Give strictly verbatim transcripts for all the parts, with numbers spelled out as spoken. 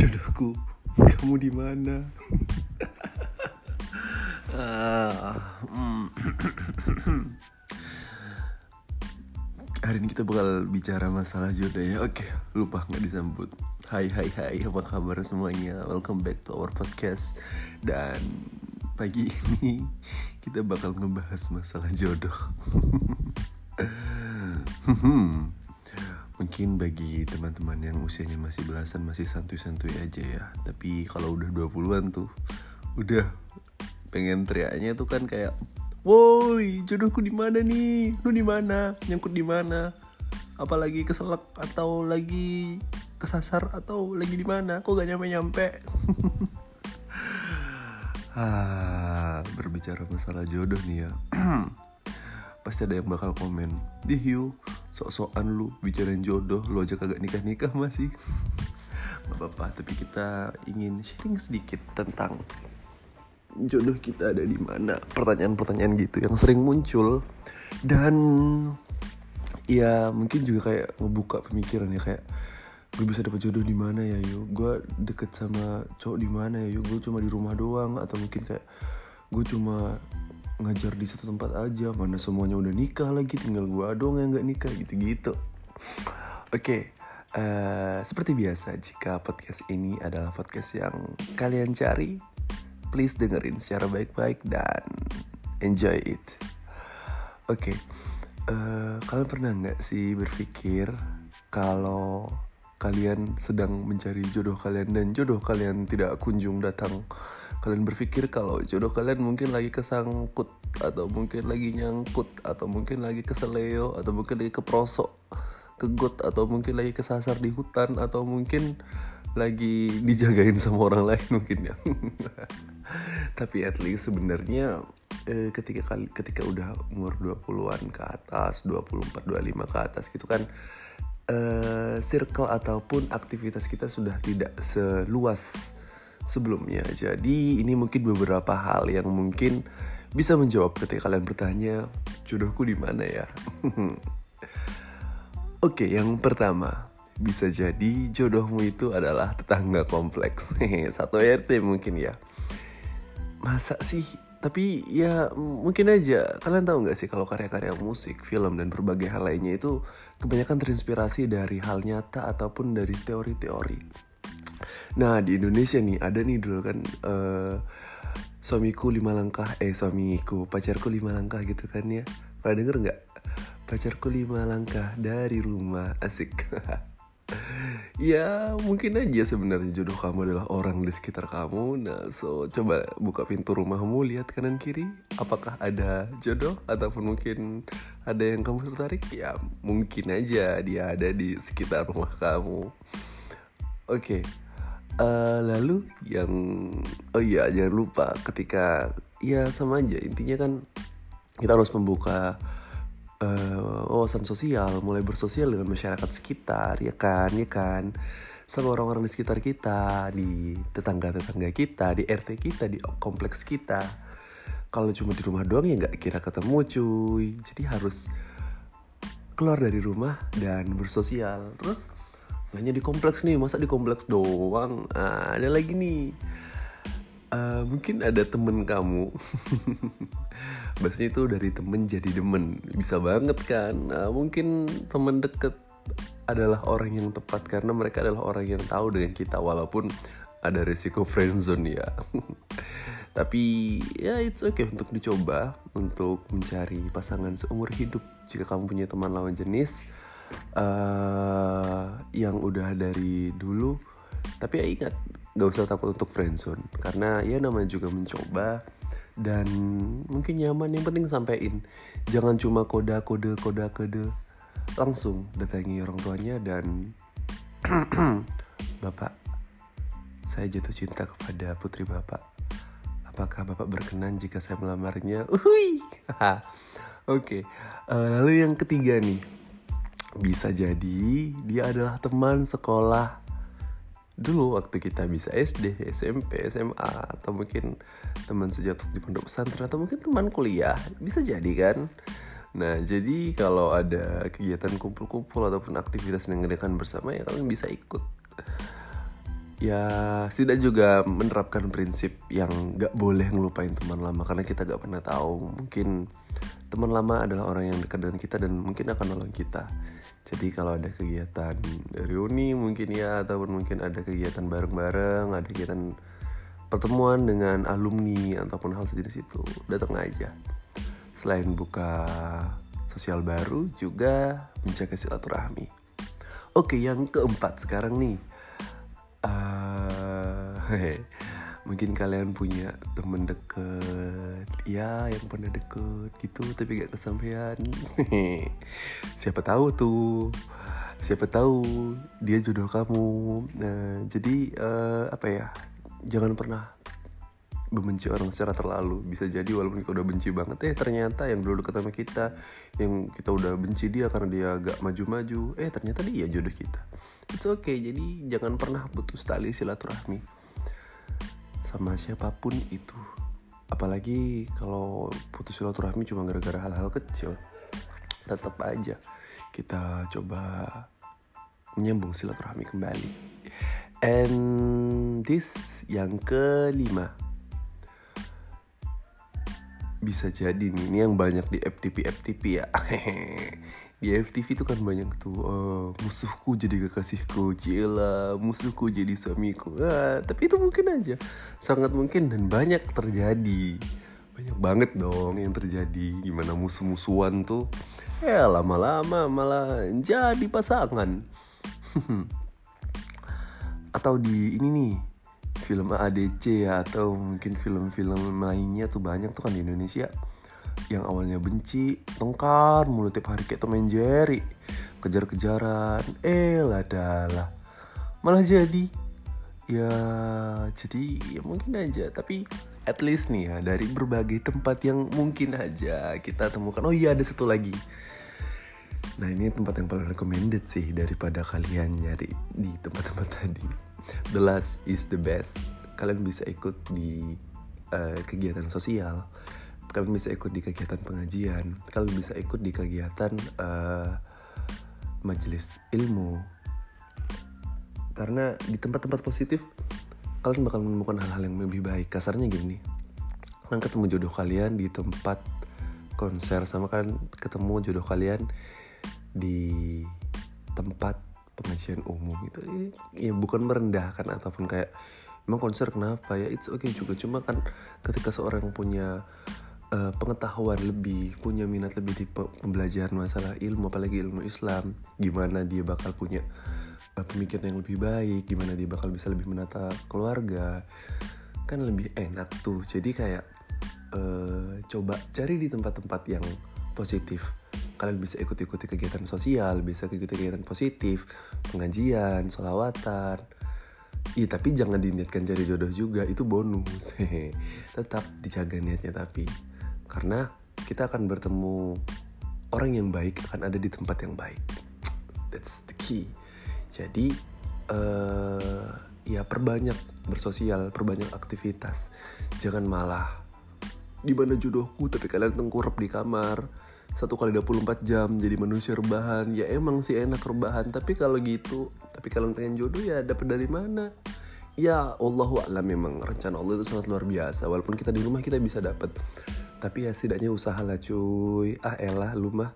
Jodohku, kamu di mana? Ah, mm. Hari ini kita bakal bicara masalah jodoh ya. Oke, lupa nggak disambut. Hai hai hai, apa kabar semuanya? Welcome back to our podcast. Dan pagi ini kita bakal ngebahas masalah jodoh. Mungkin bagi teman-teman yang usianya masih belasan masih santuy-santuy aja ya. Tapi kalau udah dua puluhan tuh udah pengen teriaknya tuh kan kayak, "Woi, jodohku di mana nih? Lu di mana? Nyangkut di mana? Apalagi keselak atau lagi kesasar atau lagi di mana? Kok gak nyampe-nyampe?" Ah, berbicara masalah jodoh nih ya. Pasti ada yang bakal komen, "Dih Yu, sok-sokan lu bicarain jodoh, lu aja kagak nikah-nikah masih." Gak apa-apa, tapi kita ingin sharing sedikit tentang jodoh kita ada di mana. Pertanyaan-pertanyaan gitu yang sering muncul. Dan ya mungkin juga kayak ngebuka pemikiran ya, kayak gue bisa dapet jodoh di mana ya Yu? Gue deket sama cowok di mana ya Yu? Gue cuma di rumah doang, atau mungkin kayak gue cuma ngajar di satu tempat aja, mana semuanya udah nikah lagi, tinggal gue doang yang gak nikah, gitu-gitu. Oke, okay, uh, seperti biasa, jika podcast ini adalah podcast yang kalian cari, please dengerin secara baik-baik dan enjoy it. Oke, okay, uh, kalian pernah gak sih berpikir kalau kalian sedang mencari jodoh kalian dan jodoh kalian tidak kunjung datang? Kalian berpikir kalau jodoh kalian mungkin lagi kesangkut, atau mungkin lagi nyangkut, atau mungkin lagi keseleo, atau mungkin lagi keprosok, kegot, atau mungkin lagi kesasar di hutan, atau mungkin lagi dijagain sama orang lain mungkin ya. Tapi at least sebenarnya eh, ketika kali ketika udah umur dua puluhan ke atas, dua puluh empat, dua puluh lima ke atas gitu kan, eh, circle ataupun aktivitas kita sudah tidak seluas sebelumnya. Jadi ini mungkin beberapa hal yang mungkin bisa menjawab ketika kalian bertanya, jodohku di mana ya? Oke, yang pertama, bisa jadi jodohmu itu adalah tetangga kompleks. Satu R T mungkin ya. Masa sih? Tapi ya mungkin aja. Kalian tahu gak sih kalau karya-karya musik, film, dan berbagai hal lainnya itu kebanyakan terinspirasi dari hal nyata ataupun dari teori-teori. Nah, di Indonesia nih ada nih dulu kan uh, suamiku lima langkah eh suamiku pacarku lima langkah gitu kan ya. Pernah denger nggak? Pacarku lima langkah dari rumah, asik. Ya mungkin aja sebenarnya jodoh kamu adalah orang di sekitar kamu. Nah, so coba buka pintu rumahmu, lihat kanan kiri, apakah ada jodoh ataupun mungkin ada yang kamu tertarik? Ya mungkin aja dia ada di sekitar rumah kamu. Oke. Okay. Uh, lalu yang oh iya jangan lupa ketika ya sama aja intinya kan kita harus membuka uh, wawasan sosial, mulai bersosial dengan masyarakat sekitar, ya kan ya kan sama orang-orang di sekitar kita, di tetangga-tetangga kita, di R T kita, di kompleks kita. Kalau cuma di rumah doang ya nggak kira ketemu cuy. Jadi harus keluar dari rumah dan bersosial. Terus hanya di kompleks nih, masa di kompleks doang? Nah, ada lagi nih, uh, mungkin ada temen kamu. Bahasanya itu dari temen jadi demen, bisa banget kan? Nah, mungkin temen deket adalah orang yang tepat karena mereka adalah orang yang tahu dengan kita, walaupun ada resiko friendzone ya. Tapi ya it's okay untuk dicoba untuk mencari pasangan seumur hidup jika kamu punya teman lawan jenis Uh, yang udah dari dulu. Tapi ya ingat, gak usah takut untuk friendzone, karena ya namanya juga mencoba. Dan mungkin nyaman, yang penting sampein. Jangan cuma koda-kode koda-kode. Langsung datangi orang tuanya dan "Bapak, saya jatuh cinta kepada putri Bapak. Apakah Bapak berkenan jika saya melamarnya?" Uhui. Oke, okay. uh, Lalu yang ketiga nih, bisa jadi dia adalah teman sekolah dulu waktu kita bisa S D, S M P, S M A, atau mungkin teman sejatuh di pondok pesantren, atau mungkin teman kuliah. Bisa jadi kan? Nah, jadi kalau ada kegiatan kumpul-kumpul ataupun aktivitas yang ngadakan bersama, ya kalian bisa ikut. ya tidak juga menerapkan prinsip yang gak boleh ngelupain teman lama, karena kita gak pernah tahu, mungkin teman lama adalah orang yang dekat dengan kita dan mungkin akan nolong kita. Jadi kalau ada kegiatan reuni mungkin ya, ataupun mungkin ada kegiatan bareng-bareng, ada kegiatan pertemuan dengan alumni ataupun hal sejenis itu, datang aja. Selain buka sosial baru, juga menjaga silaturahmi. Oke, yang keempat sekarang nih. Uh, mungkin kalian punya temen deket, ya yang pernah deket gitu tapi gak kesampaian. Siapa tahu tuh, siapa tahu dia jodoh kamu. Nah, jadi uh, apa ya? Jangan pernah membenci orang secara terlalu. Bisa jadi walaupun kita udah benci banget, eh ternyata yang dulu deket sama kita, yang kita udah benci dia karena dia gak maju-maju, eh ternyata dia jodoh kita. It's okay, jadi jangan pernah putus tali silaturahmi sama siapapun itu. Apalagi kalau putus silaturahmi cuma gara-gara hal-hal kecil. Tetap aja kita coba menyambung silaturahmi kembali. And this yang kelima. Bisa jadi nih, ini yang banyak di F T V F T V ya. Di F T V itu kan banyak tuh, oh, musuhku jadi kekasihku, cila, musuhku jadi suamiku. Ah, tapi itu mungkin aja, sangat mungkin dan banyak terjadi. Banyak banget dong yang terjadi. Gimana musuh-musuhan tuh, ya lama-lama malah jadi pasangan. Atau di ini nih, film A D C ya, atau mungkin film-film lainnya tuh banyak tuh kan di Indonesia. Yang awalnya benci, tengkar mulu tiap hari kayak Tom and Jerry, kejar-kejaran, eh lah dalah, malah jadi, ya jadi ya mungkin aja. Tapi at least nih ya, dari berbagai tempat yang mungkin aja kita temukan, oh iya ada satu lagi. Nah ini tempat yang paling recommended sih daripada kalian nyari di tempat-tempat tadi. The last is the best. Kalian bisa ikut di uh, kegiatan sosial, kalian bisa ikut di kegiatan pengajian, kalian bisa ikut di kegiatan uh, majelis ilmu. Karena di tempat-tempat positif kalian bakal menemukan hal-hal yang lebih baik. Kasarnya gini, kalian ketemu jodoh kalian di tempat konser, sama kalian ketemu jodoh kalian di tempat pengajian umum. Itu ya bukan merendahkan ataupun kayak emang konser kenapa ya, it's okay juga. Cuma kan ketika seorang punya Uh, pengetahuan lebih, punya minat lebih di pembelajaran masalah ilmu, apalagi ilmu Islam, gimana dia bakal punya uh, pemikiran yang lebih baik, gimana dia bakal bisa lebih menata keluarga, kan lebih enak tuh. Jadi kayak uh, coba cari di tempat-tempat yang positif. Kalian bisa ikut-ikuti kegiatan sosial, bisa ikuti kegiatan positif, pengajian, sholawatan. Iya, tapi jangan diniatkan cari jodoh juga, itu bonus. Tetap dijaga niatnya tapi. Karena kita akan bertemu orang yang baik, akan ada di tempat yang baik. That's the key. Jadi uh, ya perbanyak bersosial, perbanyak aktivitas. Jangan malah di mana jodohku tapi kalian tengkurap di kamar satu kali dua puluh empat jam jadi manusia rebahan. Ya emang sih enak rebahan, tapi kalau gitu, tapi kalian pengen jodoh ya dapat dari mana? Ya Allahu a'lam, memang rencana Allah itu sangat luar biasa. Walaupun kita di rumah kita bisa dapat, tapi ya setidaknya usaha lah cuy. Ah elah lu mah.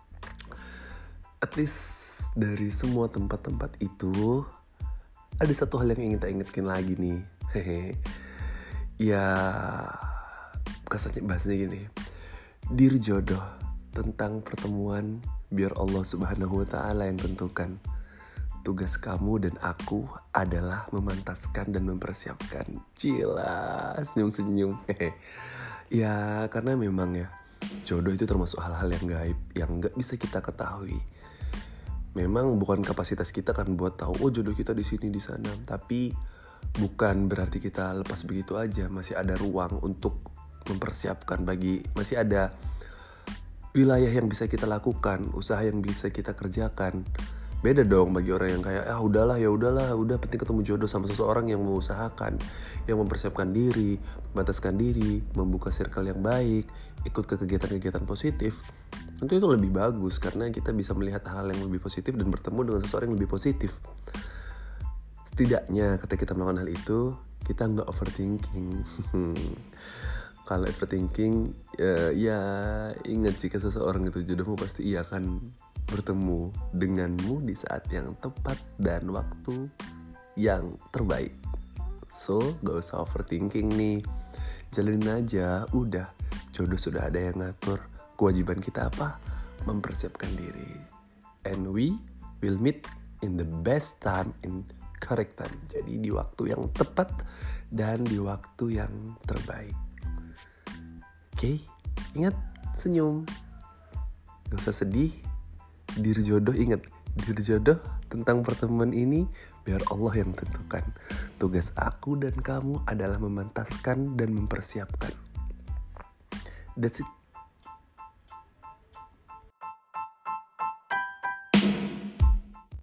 At least dari semua tempat-tempat itu ada satu hal yang ingin kita ingatkan lagi nih. Hehe. Ya kasarnya bahasanya gini, Dear jodoh, tentang pertemuan biar Allah subhanahu wa ta'ala yang tentukan. Tugas kamu dan aku adalah memantaskan dan mempersiapkan. Cila, senyum-senyum. Ya karena memang ya, jodoh itu termasuk hal-hal yang gaib, yang gak bisa kita ketahui. Memang bukan kapasitas kita kan buat tahu oh jodoh kita di sini di sana, tapi bukan berarti kita lepas begitu aja. Masih ada ruang untuk mempersiapkan, bagi masih ada wilayah yang bisa kita lakukan, usaha yang bisa kita kerjakan. Beda dong bagi orang yang kayak ah udahlah ya udahlah, udah penting ketemu jodoh, sama seseorang yang mengusahakan, yang mempersiapkan diri, membataskan diri, membuka circle yang baik, ikut ke kegiatan-kegiatan positif. Tentu itu lebih bagus karena kita bisa melihat hal yang lebih positif dan bertemu dengan seseorang yang lebih positif. setidaknya ketika kita melakukan hal itu, kita nggak overthinking. Kalau overthinking, ya, ya ingat jika seseorang itu jodohmu, pasti ia akan bertemu denganmu di saat yang tepat dan waktu yang terbaik. So, gak usah overthinking nih. Jalanin aja, udah. Jodoh sudah ada yang ngatur. Kewajiban kita apa? Mempersiapkan diri. And we will meet in the best time, in correct time. Jadi di waktu yang tepat dan di waktu yang terbaik. Oke, okay? Ingat, senyum. Gak usah sedih. Diri jodoh, ingat. Diri jodoh tentang pertemuan ini biar Allah yang tentukan. Tugas aku dan kamu adalah memantaskan dan mempersiapkan. That's it.